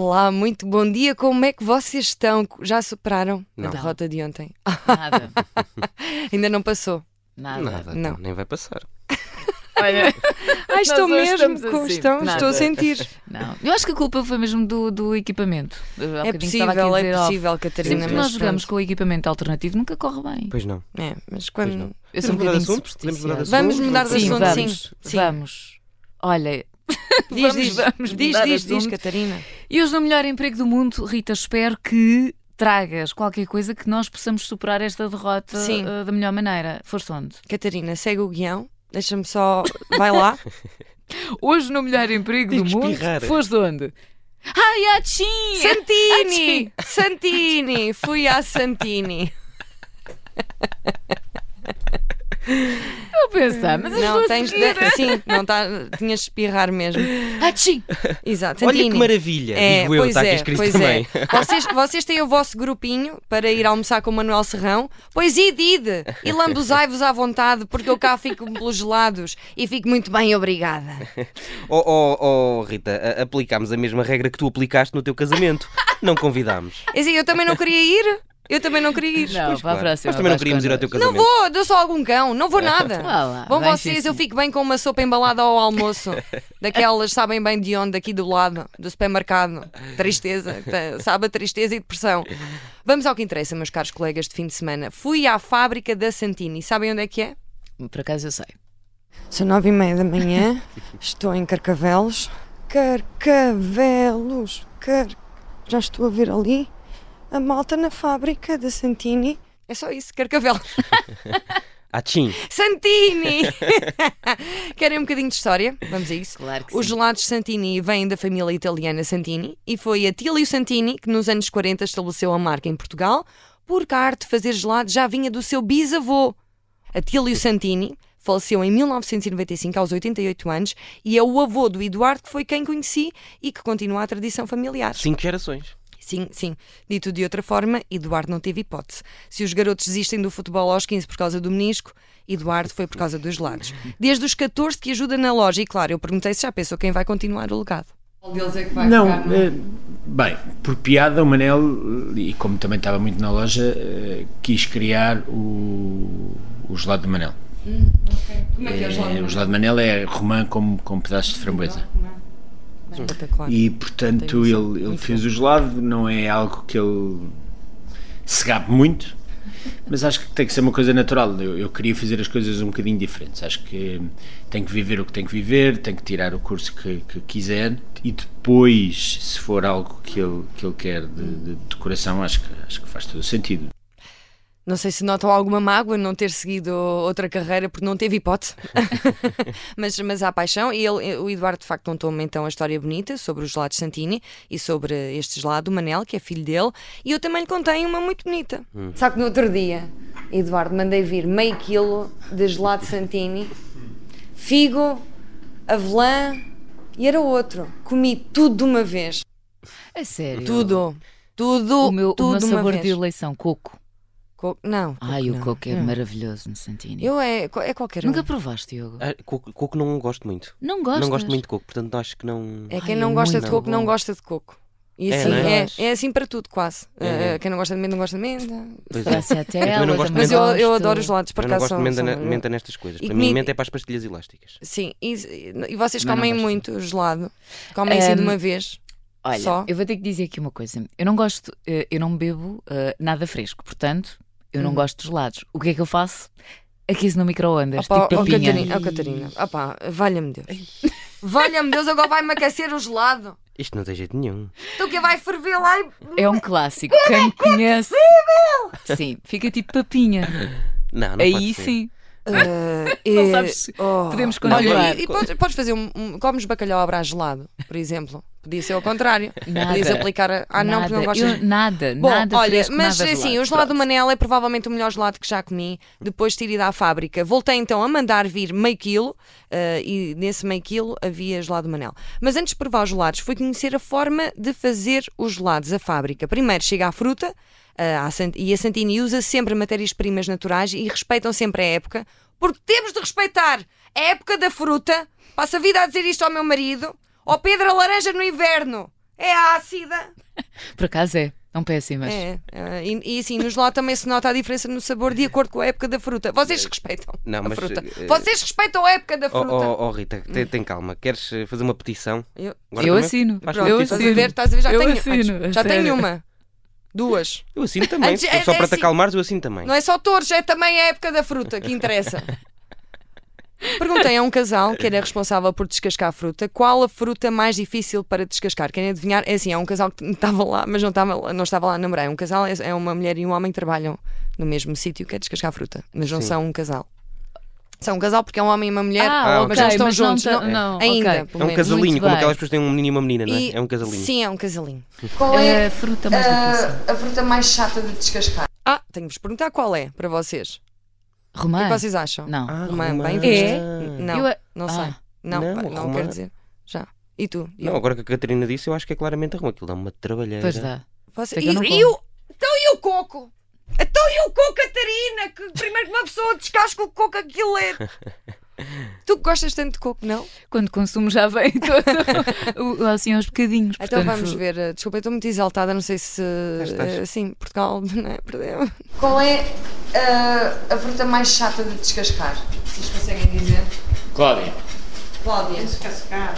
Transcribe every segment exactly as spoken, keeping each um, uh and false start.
Olá, muito bom dia, como é que vocês estão? Já superaram Não. a derrota de ontem? Nada. Ainda não passou? Nada. Nada, Não. então nem vai passar. Olha, Ai, estou nós hoje mesmo, estamos com, assim. estão, Nada. estou a sentir. não. Eu acho que a culpa foi mesmo do, do equipamento. Eu, há É bocadinho estava possível, aqui a é dizer, ó, possível, Catarina. sempre que mas nós jogamos pronto. com o equipamento alternativo nunca corre bem. Pois não. É, mas Pois quando... não. Eu sou um Podemos mudar de bocadinho assunto? Podemos mudar de supersticiosa. Vamos assunto? mudar de Sim, assunto, vamos. sim. Sim. Vamos. Olha, Diz, vamos, diz, vamos diz, mudar de diz, diz, assunto. Catarina. E hoje no melhor emprego do mundo, Rita, espero que tragas qualquer coisa que nós possamos superar esta derrota Sim. uh, da melhor maneira. Foste onde? Catarina, segue o guião. Deixa-me só... Vai lá. Hoje no melhor emprego Tive do que mundo, espirrar. foste onde? Ai, Achim! Santini! Santini! Fui à Santini. Eu pensar, mas eu Não, estou tens a seguir. de... Sim, não tá... tinhas de espirrar mesmo. Achim! Exato, Olha Santini. que maravilha, É, digo eu, pois está aqui é, escrito pois também. é. Vocês, vocês têm o vosso grupinho para ir almoçar com o Manuel Serrão? Pois ide, ide, e lambuzai-vos à vontade, porque eu cá fico pelos gelados e fico muito bem, obrigada. Oh, oh, oh, Rita, a- aplicámos a mesma regra que tu aplicaste no teu casamento. Não convidámos. É assim, eu também não queria ir, eu também não queria ir. Não, Pois, para a claro. próxima. Nós também não vais queríamos ir ao teu connosco. Não casamento. vou, dou só algum cão, não vou nada. Vá lá, Vão vem vocês, sim, eu sim. fico bem com uma sopa embalada ao almoço. Daquelas, sabem bem de onde, aqui do lado, do supermercado. Tristeza, tá, sabe a tristeza e depressão. Vamos ao que interessa, meus caros colegas de fim de semana. Fui à fábrica da Santini. Sabem onde é que é? Por acaso eu sei. São nove e meia da manhã, estou em Carcavelos. Carcavelos, car... já estou a ver ali a malta na fábrica da Santini. É só isso, Carcavelos. Atchim. Santini! Querem um bocadinho de história? Vamos a isso. Claro que Os sim. gelados Santini vêm da família italiana Santini e foi Attilio Santini que nos anos quarenta estabeleceu a marca em Portugal, porque a arte de fazer gelados já vinha do seu bisavô. Attilio Santini faleceu em mil novecentos e noventa e cinco, aos oitenta e oito anos, e é o avô do Eduardo, que foi quem conheci e que continua a tradição familiar. Cinco gerações. Sim, sim. Dito de outra forma, Eduardo não teve hipótese. Se os garotos desistem do futebol aos quinze por causa do menisco, Eduardo foi por causa dos gelados. Desde os catorze que ajuda na loja, e claro, eu perguntei se já pensou quem vai continuar o legado. Qual deles é que vai Não, ficar, eh, bem, por piada o Manel, e como também estava muito na loja, eh, quis criar o, o gelado de Manel. Como é que é o gelado? Eh, o gelado de Manel é romã com, com pedaços de framboesa. Espetacular. E portanto Tenho noção. ele, ele Muito fez o gelado, não é algo que ele se gabe muito, mas acho que tem que ser uma coisa natural. Eu, eu queria fazer as coisas um bocadinho diferentes. Acho que tem que viver o que tem que viver, tem que tirar o curso que, que quiser e depois, se for algo que ele, que ele quer de, de decoração, acho que, acho que faz todo o sentido. Não sei se notam alguma mágoa não ter seguido outra carreira porque não teve hipótese. mas, mas há paixão. E ele, o Eduardo, de facto, contou-me então a história bonita sobre os gelados Santini e sobre este gelado, o Manel, que é filho dele. E eu também lhe contei uma muito bonita. Hum. Sabe que no outro dia, Eduardo, mandei vir meio quilo de gelado Santini, figo, avelã e era outro. Comi tudo de uma vez. É sério? Tudo. Tudo. O meu, tudo o meu de uma sabor vez. de eleição, coco. Co- Não. Ai, coco o não. coco é Não. maravilhoso no Santini. Eu é, é qualquer um. Nunca provaste, Diogo? Ah, coco, coco não gosto muito. Não gostas? Não gosto muito de coco, portanto acho que não... É quem Ai, não é gosta de muito coco, não bom. gosta de coco. E É, assim, não é, é? é assim para tudo, quase. É. Uh, quem não gosta de menta, não gosta de menta. Pois é. Graças a Eu também não gosto de Mas eu, gosto. eu adoro os gelados, por Eu não acaso gosto de são- menta, são- ne- menta nestas coisas. E Para comi- mim, menta é para as pastilhas elásticas. Sim, e, e vocês Mas não comem gosto. muito gelado? Comem assim de Um, uma vez? Olha, Só? eu vou ter que dizer aqui uma coisa. Eu não gosto, eh, eu não bebo eh, nada fresco, portanto, eu não Hum. gosto de gelados. O que é que eu faço? Aqueço no micro-ondas, Opa, tipo oh, papinha. Catarina, oh, Catarina. Opa, valha-me Deus. Valha-me Deus, agora vai-me aquecer o gelado. Isto não tem jeito nenhum. Tu que vai ferver lá e... É um clássico. Quem me conhece. Sim, fica tipo papinha. Não, não Aí pode ser. sim. Uh, Não e- sabes se oh. podemos Olha, continuar. e, e podes, podes fazer um, um... Comes bacalhau à brás gelado, por exemplo. Podia ser ao contrário. Nada. Podias aplicar a... Ah, não, porque não Nada, gostas... eu- nada, Bom, nada olha, fresco, mas nada assim, gelado. o gelado do Pronto. Manel é provavelmente o melhor gelado que já comi depois de ter ido à fábrica. Voltei então a mandar vir meio quilo uh, e nesse meio quilo havia gelado do Manel. Mas antes de provar os gelados, fui conhecer a forma de fazer os gelados à fábrica. Primeiro chega a fruta uh, à Sant- e a Santini usa sempre matérias-primas naturais e respeitam sempre a época, porque temos de respeitar a época da fruta. Passo a vida a dizer isto ao meu marido. Ó Pedro, a laranja no inverno. É ácida. Por acaso é. São péssimas. É, é, e, e assim, no gelado também se nota a diferença no sabor de acordo com a época da fruta. Vocês respeitam Não, a mas, fruta. uh, Vocês respeitam a época da Oh, fruta. oh, oh, Rita, tem, tem calma. Queres eh, fazer uma petição? Eu, Agora Eu também assino. faz pronto, uma eu petição. estás a ver? Estás a ver? Já Eu tenho, assino, antes, a já tenho sério. uma. Duas. Eu assino também. Antes- Se for só é para te assim, acalmares, eu assino também. Não é só touros, é também a época da fruta que interessa. Perguntei a um casal que era responsável por descascar a fruta qual a fruta mais difícil para descascar. Querem adivinhar? É assim, é um casal que estava lá, mas não estava, não estava lá a namorar. É um casal, é é uma mulher e um homem que trabalham no mesmo sítio que é descascar a fruta, mas não Sim. são um casal. São um casal porque é um homem e uma mulher, Ah, mas ok, não estão mas não juntos. tá- não- não, ainda, ok. pelo É um menos. casalinho, Muito como bem. aquelas pessoas que têm um menino e uma menina, não é? E- É um casalinho. Sim, é um casalinho. Qual É a fruta mais difícil. a fruta mais chata de descascar? Ah, tenho de vos perguntar qual é para vocês. O que Romã? é que vocês acham? Não. Ah, Romã, romã. bem É? visto. Não, Eu- não Ah. sei. Não, Não, pá, não romã. quero dizer. Já. E tu? Não, agora que a Catarina disse, eu acho que é claramente a romã. Aquilo dá uma trabalheira. Pois dá. Você... Sei que E, eu não e o... Então e o coco? Então e o coco, Catarina? Que primeiro que uma pessoa descasca o coco, aquilo é. Tu que gostas tanto de coco, não? Quando consumo já vem todo o- assim aos bocadinhos. Então portanto, vamos ver. uh, Desculpa, eu estou muito exaltada, não sei se. estás. uh, Sim, Portugal, não é? Perdeu. Qual é uh, a fruta mais chata de descascar? Vocês conseguem dizer? Cláudia. Cláudia. Descascar.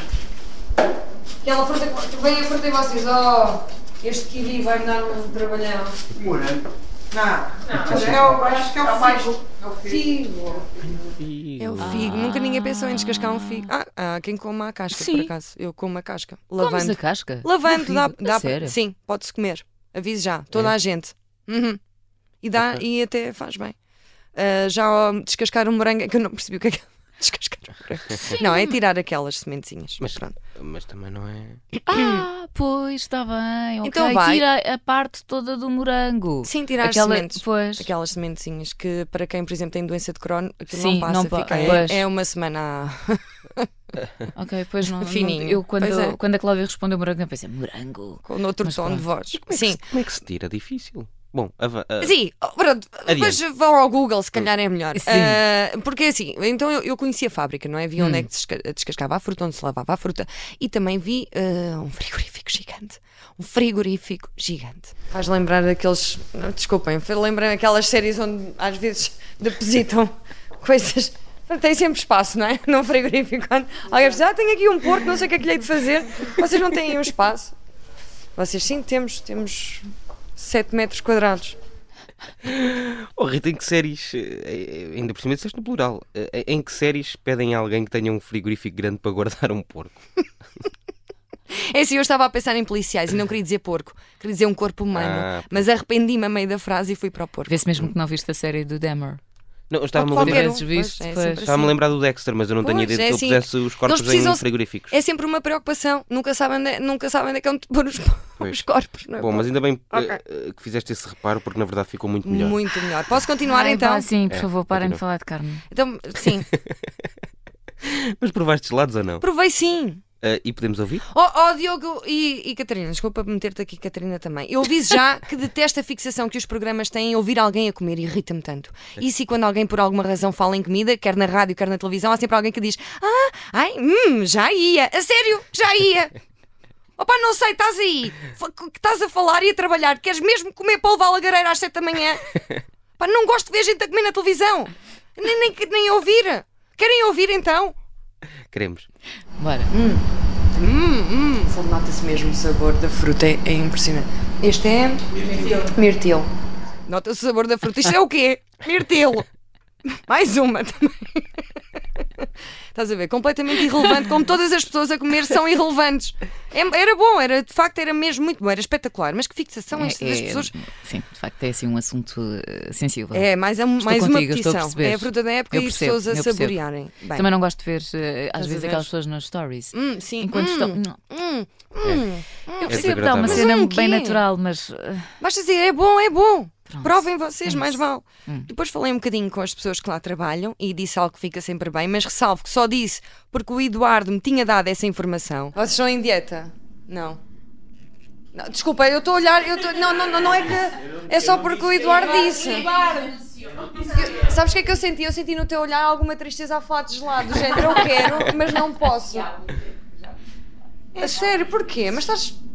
Aquela fruta que vem a fruta e vocês, oh, este kiwi vai me dar um trabalhão. Morango. Não, Acho que é o, acho que é o mais. É o figo. Ih, É o figo. Nunca ninguém pensou em descascar um figo. Ah, há quem coma a casca, Sim. por acaso. Eu como a casca. comes Lavando. a casca? Lavando, Do dá, figo? dá A sério? Sim, pode-se comer. Aviso já, toda É? a gente. Uhum. E dá, e até faz bem. Ah, já ó, descascar um morango, é que eu não percebi o que é que é descascar um morango. Não, é tirar aquelas sementezinhas. Mas, Pronto. mas também não é. Ah, pois, está bem. ok. Então vai. Tira a parte toda do morango. Sim, tirar as Aquela, sementes. Pois. Aquelas sementezinhas que, para quem, por exemplo, tem doença de Crohn, aquilo Sim, não passa. não pa- fica, pois. é, é uma semana. Ok, pois não. não- Fininho. eu, quando, Pois é. quando a Cláudia respondeu morango, eu pensei, morango. Com outro Mas tom de pronto. voz. Como é, que Sim. se, como é que se tira? Difícil. Bom, ava- a- Sim, oh, pronto, Adiante. depois vão ao Google, se calhar é melhor. Sim. Ah, porque assim, então eu, eu conheci a fábrica, não é? Vi onde Hum. é que desca- descascava a fruta, onde se lavava a fruta e também vi ah, um frigorífico gigante. Um frigorífico gigante. Faz lembrar aqueles. não, Desculpem, lembra aquelas séries onde às vezes depositam coisas. Tem sempre espaço, não é? Num frigorífico. Quando alguém diz, ah, tenho aqui um porco, não sei o que é que lhe hei de fazer. Vocês não têm um espaço. Vocês sim, temos. Temos sete metros quadrados. Oh, Rita, em que séries, eh, eh, ainda por cima disseste no plural, eh, em que séries pedem a alguém que tenha um frigorífico grande para guardar um porco? É assim, eu estava a pensar em policiais e não queria dizer porco, queria dizer um corpo humano, Ah, mas arrependi-me a meio da frase e fui para o porco. Vê-se mesmo que não viste a série do Dahmer. Não, eu estava-me a Qualquer lembrar, um, vezes visto, pois, é pois. sempre estava-me a assim. lembrar do Dexter, mas eu não tenho Pois, ideia de é que ele assim. pusesse os corpos Eles precisam- em frigoríficos. É sempre uma preocupação, nunca sabem onde é, nunca sabem onde é que vão pôr os, Pois. os corpos. Não é? Bom, mas ainda bem eh, Ok. eh, que fizeste esse reparo, porque na verdade ficou muito melhor. Muito melhor. Posso continuar Ai, então? pá, sim, por É, favor, parem continua. de falar de carne. Então, sim, Mas provaste gelados ou não? provei sim. Eh, e podemos ouvir? Oh, oh, Diogo e, e Catarina, desculpa meter-te aqui, Catarina, também. Eu aviso já que detesto a fixação que os programas têm em ouvir alguém a comer, irrita-me tanto. Isso e quando alguém por alguma razão fala em comida, quer na rádio, quer na televisão, há sempre alguém que diz: Ah, ai, hum, já ia, a sério, já ia. Opa, não sei, estás aí, Fa- que estás a falar e a trabalhar, queres mesmo comer polvo à lagareira às sete da manhã? Pá, não gosto de ver gente a comer na televisão, nem, nem, nem ouvir. Querem ouvir então? Queremos. Bora. Hum, hum, nota-se mesmo o sabor da fruta, é, é impressionante. Este é mirtilo. Nota-se o sabor da fruta. Isto é o quê? Mirtilo. Mais uma também. Estás a ver? Completamente irrelevante, como todas as pessoas a comer são irrelevantes. É- Era bom, era, de facto era mesmo muito bom, era espetacular. Mas que fixação esta das pessoas. Sim, de facto é assim um assunto eh, sensível. É, mais, a- mais contigo, uma eu estou a petição. perceber. É a fruta da época Eu e as percebo, pessoas a eu percebo. saborearem. Bem. Também não gosto de ver, eh, às Estás a vezes, ver? aquelas pessoas nas stories. Hum, sim. Enquanto Hum, estão. hum, hum. Eu É percebo que dá uma desagradável. cena Mas um bem quê? natural, mas. eh, Basta dizer, é bom, é bom. Pronto. Provem vocês, É mais isso. vale. Hum. Depois falei um bocadinho com as pessoas que lá trabalham e disse algo que fica sempre bem, mas ressalvo que só disse porque o Eduardo me tinha dado essa informação. Vocês estão em dieta? Não. Não, desculpa, eu estou a olhar. Eu tô, não, não, não, não é que. É só porque o Eduardo disse. Eu- sabes o que é que eu senti? Eu senti no teu olhar alguma tristeza a falar de gelado. Do género, eu quero, mas não posso. A sério, porquê? Mas estás.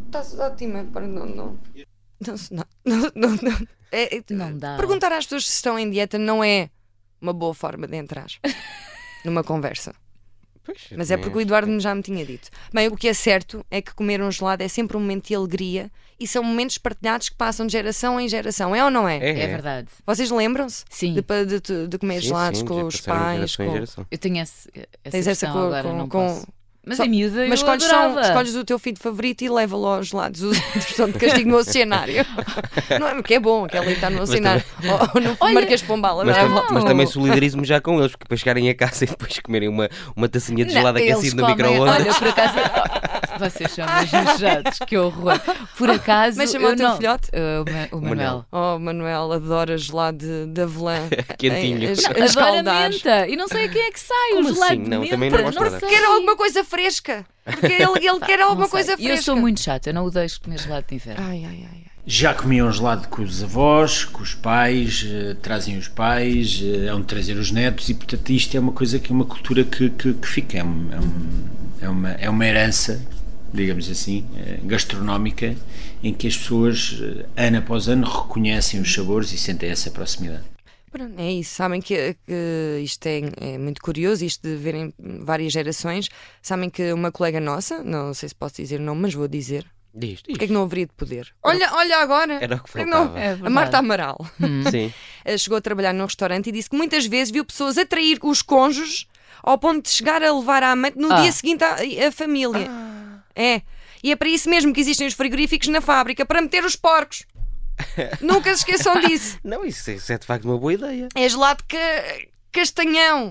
estás ótima. Não, não, não, não, não, não, não. É, é, Não dá. perguntar às pessoas se estão em dieta não é uma boa forma de entrar numa conversa. Pois, eu Mas é também porque o acho Eduardo já me tinha dito. Bem, o que é certo é que comer um gelado é sempre um momento de alegria e são momentos partilhados que passam de geração em geração. É ou não é? que- É, É verdade. Vocês lembram-se Sim. de, pa- de, de- de comer Sim, gelados sim, com já os passaram de pais? geração em Com... geração. Eu tenho esse, essa Tens essa questão com- agora, com- não com- posso. Mas Só- a miúda Mas eu escolhes, só, adorava. escolhes o teu filho favorito e leva-lo aos gelados. Os outros estão de castigo no oceanário. Não é? Que é bom, que ela está no oceanário. Ou no Olha, Marquês de Pombal. Mas, leva-lo. tam- mas também solidarizo-me já com eles, porque depois chegarem a casa e depois comerem uma, uma tacinha de Não, gelado eles aquecido no comem- micro-ondas. Olha, por acaso. Vocês são mesmo chatos, que horror. Por acaso. Mas chama o eu teu não- filhote? Uh, o, Ma- o Manuel. Oh, Manuel adora gelado de, de avelã. Quentinho. Em- a- a Adoro a escaldar. menta. E não sei a quem é que sai Como o gelado assim? de Não, menta. também não gosto nada. sei. Quer alguma coisa fresca. Porque ele, ele quer alguma Não sei. coisa E fresca. eu sou muito chata, eu não o deixo comer gelado de inverno. Ai, ai, ai. ai. Já comiam gelado com os avós, com os pais, eh, trazem os pais, eh, hão de trazer os netos e, portanto, isto é uma coisa que é uma cultura que, que, que fica, é, um- é um- é uma, é uma herança, digamos assim, eh, gastronómica, em que as pessoas, eh, ano após ano, reconhecem os sabores e sentem essa proximidade. Pronto, é isso, sabem que, que isto é, é muito curioso, isto de verem várias gerações. Sabem que uma colega nossa, não sei se posso dizer o nome, mas vou dizer, Diz, diz. porque é que não haveria de poder? Olha, olha agora, Era o que porque é que não- faltava. É a verdade. Marta Amaral Sim. eh, chegou a trabalhar num restaurante e disse que muitas vezes viu pessoas atrair os cônjuges ao ponto de chegar a levar a amante no Ah. dia seguinte à, à família. É, e é para isso mesmo que existem os frigoríficos na fábrica, para meter os porcos. Nunca se esqueçam disso. Não, isso, isso é de facto uma boa ideia. É gelado ca... castanhão.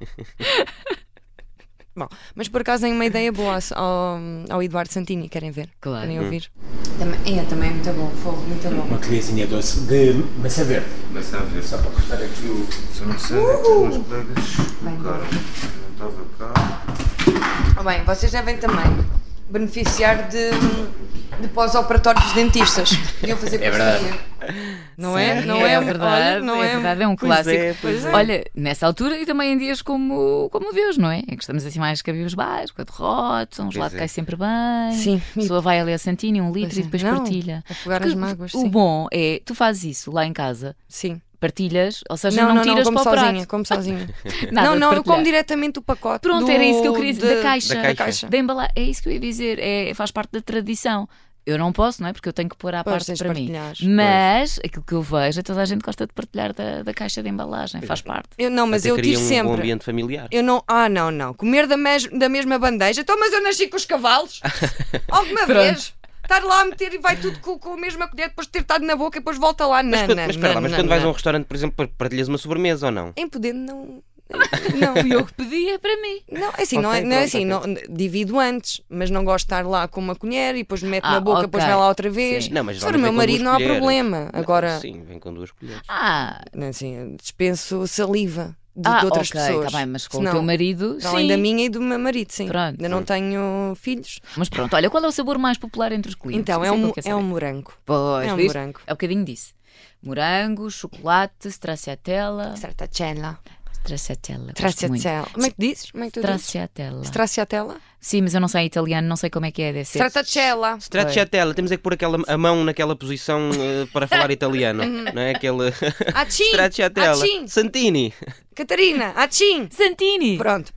Bom, mas por acaso tem uma ideia boa ao, ao Eduardo Santini, querem ver? Claro. Querem ouvir? Também, é, também é muito bom, fogo, muito bom. Uma colherzinha doce de maçã verde. Começa a ver. Só para cortar aqui o... Se eu não sei, é que os meus colegas colocaram. Eu não estava cá. Oh, bem, vocês devem também beneficiar de, de pós-operatórios dentistas. Podiam fazer É verdade. parceria. Não é? Sim, Não é, é verdade, olha, não é é, verdade, é um Pois clássico. é, pois é. Olha, nessa altura e também em dias como, como Deus, não é? Em que estamos assim mais cabíveis baixos, com a derrota, um gelado é. cai sempre bem. Sim. A pessoa vai ali a Santini, um litro Pois é. e depois Não, partilha. afogar Porque as mágoas, o sim. bom é, tu fazes isso lá em casa, Sim. partilhas, ou seja, Não, não, não, não, tiras como para o sozinha, prato. como sozinha. Nada não, de não, eu partilhar. como diretamente o pacote. Pronto, do- era isso que eu queria dizer, de- da caixa. da Da caixa. Da embalagem. É isso que eu ia dizer, é, faz parte da tradição. Eu não posso, não é? Porque eu tenho que pôr à Pois, parte tens de para mim. partilhar. Mas aquilo que eu vejo é toda a gente gosta de partilhar da, da caixa de embalagem, faz parte. Eu, não, mas Até eu cria tive um sempre. bom ambiente familiar. Eu não. Ah, não, não. Comer da, mes... da mesma bandeja. Então, mas eu nasci com os cavalos. Alguma Pronto. vez. Estar lá a meter e vai tudo com, com a mesma colher, depois de ter estado na boca e depois volta lá. Mas, Não, quando, não, mas espera lá, não, mas não, quando vais a um não. restaurante, por exemplo, partilhas uma sobremesa ou não? Em poder, não. Não, Fui eu que pedi, é para mim. não, é assim, não é, Ok, não é pronto, assim, ok. não, divido antes, mas não gosto de estar lá com uma colher e depois mete Ah, na boca, ok. depois vai lá outra vez. Sim. Não, mas Se for o geralmente meu vem com marido, duas não há colheres. problema. Não, Agora, sim, vem com duas colheres. Ah, assim, dispenso saliva de, ah de outras ok, pessoas. está bem, mas com Senão, o teu marido, para além sim. da minha e do meu marido, sim. Pronto. Ainda não tenho filhos. Mas pronto, olha, qual é o sabor mais popular entre os clientes? Então, é Isso que um, ele quer é um saber. morango. Pois, é um viste? morango. É um bocadinho disso. Morango, chocolate, stracciatella. Stracciatella. Stracciatella. gosto muito. Stracciatella. Como é que dizes? Como é que tu dizes? Stracciatella. Stracciatella? Sim, mas eu não sei italiano, não sei como é que é, deve ser. Stracciatella. Stracciatella, temos é que pôr aquela, a mão naquela posição eh, para falar italiano, não é? Aquele... Achim! Stracciatella. Achim! Santini. Catarina! Achim! Santini! Pronto.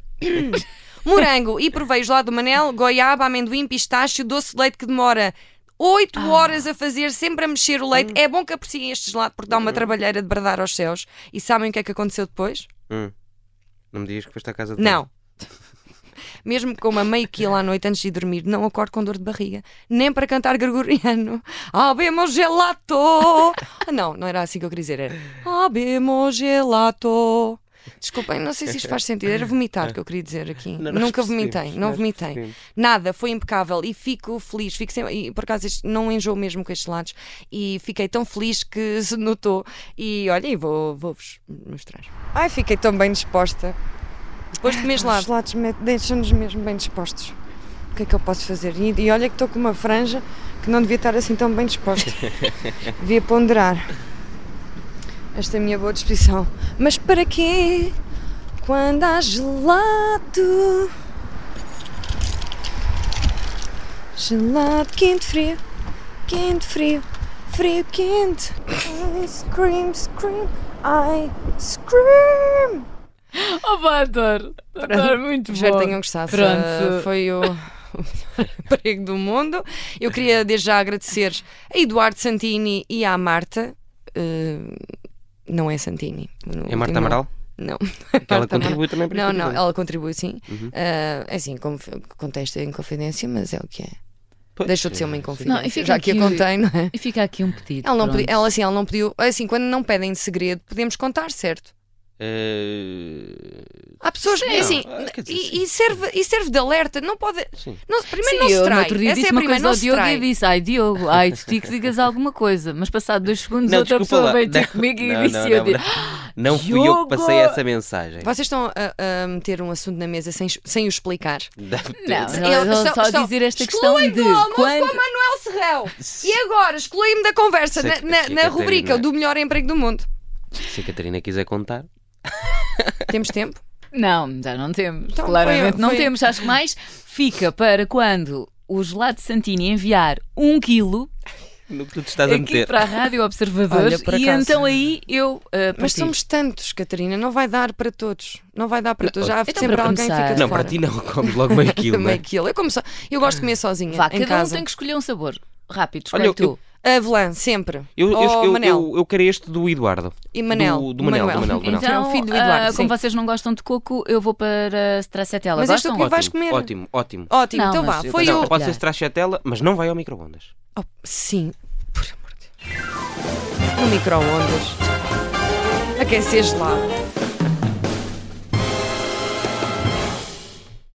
Morango e provei gelado do Manel, goiaba, amendoim, pistácio, doce de leite que demora oito Ah. horas a fazer, sempre a mexer o leite. É bom que apreciem este gelado porque dá uma trabalheira de bradar aos céus. E sabem o que é que aconteceu depois? Hum. Não me digas que foste à casa de Não. Mesmo com uma meio quilo à noite antes de dormir, não acordo com dor de barriga. Nem para cantar gregoriano. Abemos gelato. Ah, não, não era assim que eu queria dizer. Era Abemos gelato. Desculpem, não sei se isto faz sentido. Era vomitar que eu queria dizer aqui. Não, nós Nunca percebemos, vomitei, não nós vomitei. percebemos. Nada, foi impecável e fico feliz. Fico sempre, e por acaso este- não enjoo mesmo com estes lados. E fiquei tão feliz que se notou. E olhem, vou, vou-vos mostrar. Ai, fiquei tão bem disposta. Depois de comer gelados. Os gelados me- deixam-nos mesmo bem dispostos. O que é que eu posso fazer? E, e olha que estou com uma franja que não devia estar assim tão bem disposta. Devia ponderar esta minha boa disposição. Mas para quê? Quando há gelado. Gelado, quente, frio, quente, frio, frio, quente. I scream, scream, I scream. Oh, pá, adoro. Adoro, muito bom. Espero que tenham gostado. Pronto. Foi o emprego do mundo. Eu queria desde já agradecer a Eduardo Santini e à Marta. Uh, não é Santini. É Marta Amaral? Não. Que ela contribui também para Não, este não, episódio. ela contribui sim. Uhum. Uh, é assim, conf... contexto em confidência, mas é o que é. Pois, Deixou de ser uma é, inconfidência. Não, e fica já que aqui- a contei, não é? E fica aqui um pedido. Ela, não pronto. pedi- ela assim, ela não pediu. Assim, quando não pedem segredo, podemos contar, certo? Eh, Há pessoas Sim, assim, não, quer dizer, e, sim. e serve, e serve de alerta. Não pode. Sim. Não, primeiro Sim, não se eu no trai. outro dia Essa disse é a uma primeira, coisa não ao se Diogo trai. e disse: ai Diogo, ai de ti que digas alguma coisa. Mas passado dois segundos Não, outra desculpa pessoa lá. veio ter Não, comigo e não, disse: não, eu não, disse, não. Não fui eu que Diogo! passei essa mensagem. Vocês estão a, a meter um assunto na mesa sem, sem o explicar. Deve ter- Não, Eu- não, estão- só estão- dizer esta questão excluem de do almoço quando. com a Manuel Serrão. E agora, excluí-me da conversa Se- na, na, se na Catarina- rubrica do melhor emprego do mundo. Se a Catarina quiser contar. Temos tempo? Não, já não temos. Então, Claramente foi- não foi- temos. Acho que mais fica para quando o Gelado Santini enviar um quilo No que tu te estás a aqui meter. para a Rádio Observador. Olha, por E acaso. então aí eu. Uh, Mas partilho. somos tantos, Catarina. Não vai dar para todos. Não vai dar para todos. Já há Então, sempre para alguém que começar- fica de Não, fora. para ti não, comes logo meio quilo. não é? Meio quilo. Eu, como só- eu gosto de comer sozinha Vá, em cada casa. um tem que escolher um sabor. Rápido, escolhe Olha, eu- tu. Avelã, sempre. Eu, eu, Ou eu, Manel. eu, eu quero este do Eduardo. E Manel. Do, do Manel, do Manel, do Manel. Então, Então, filho do Eduardo, ah, sim. como vocês não gostam de coco, eu vou para stracciatella. Mas este é o Gostam? que vais Ótimo, comer. Ótimo, ótimo. Ótimo, Não, então mas vá. eu Foi gosto o. de Pode ser partilhar. stracciatella, mas não vai ao micro-ondas. Oh, sim, por amor de Deus. No micro-ondas. Aquecer gelado.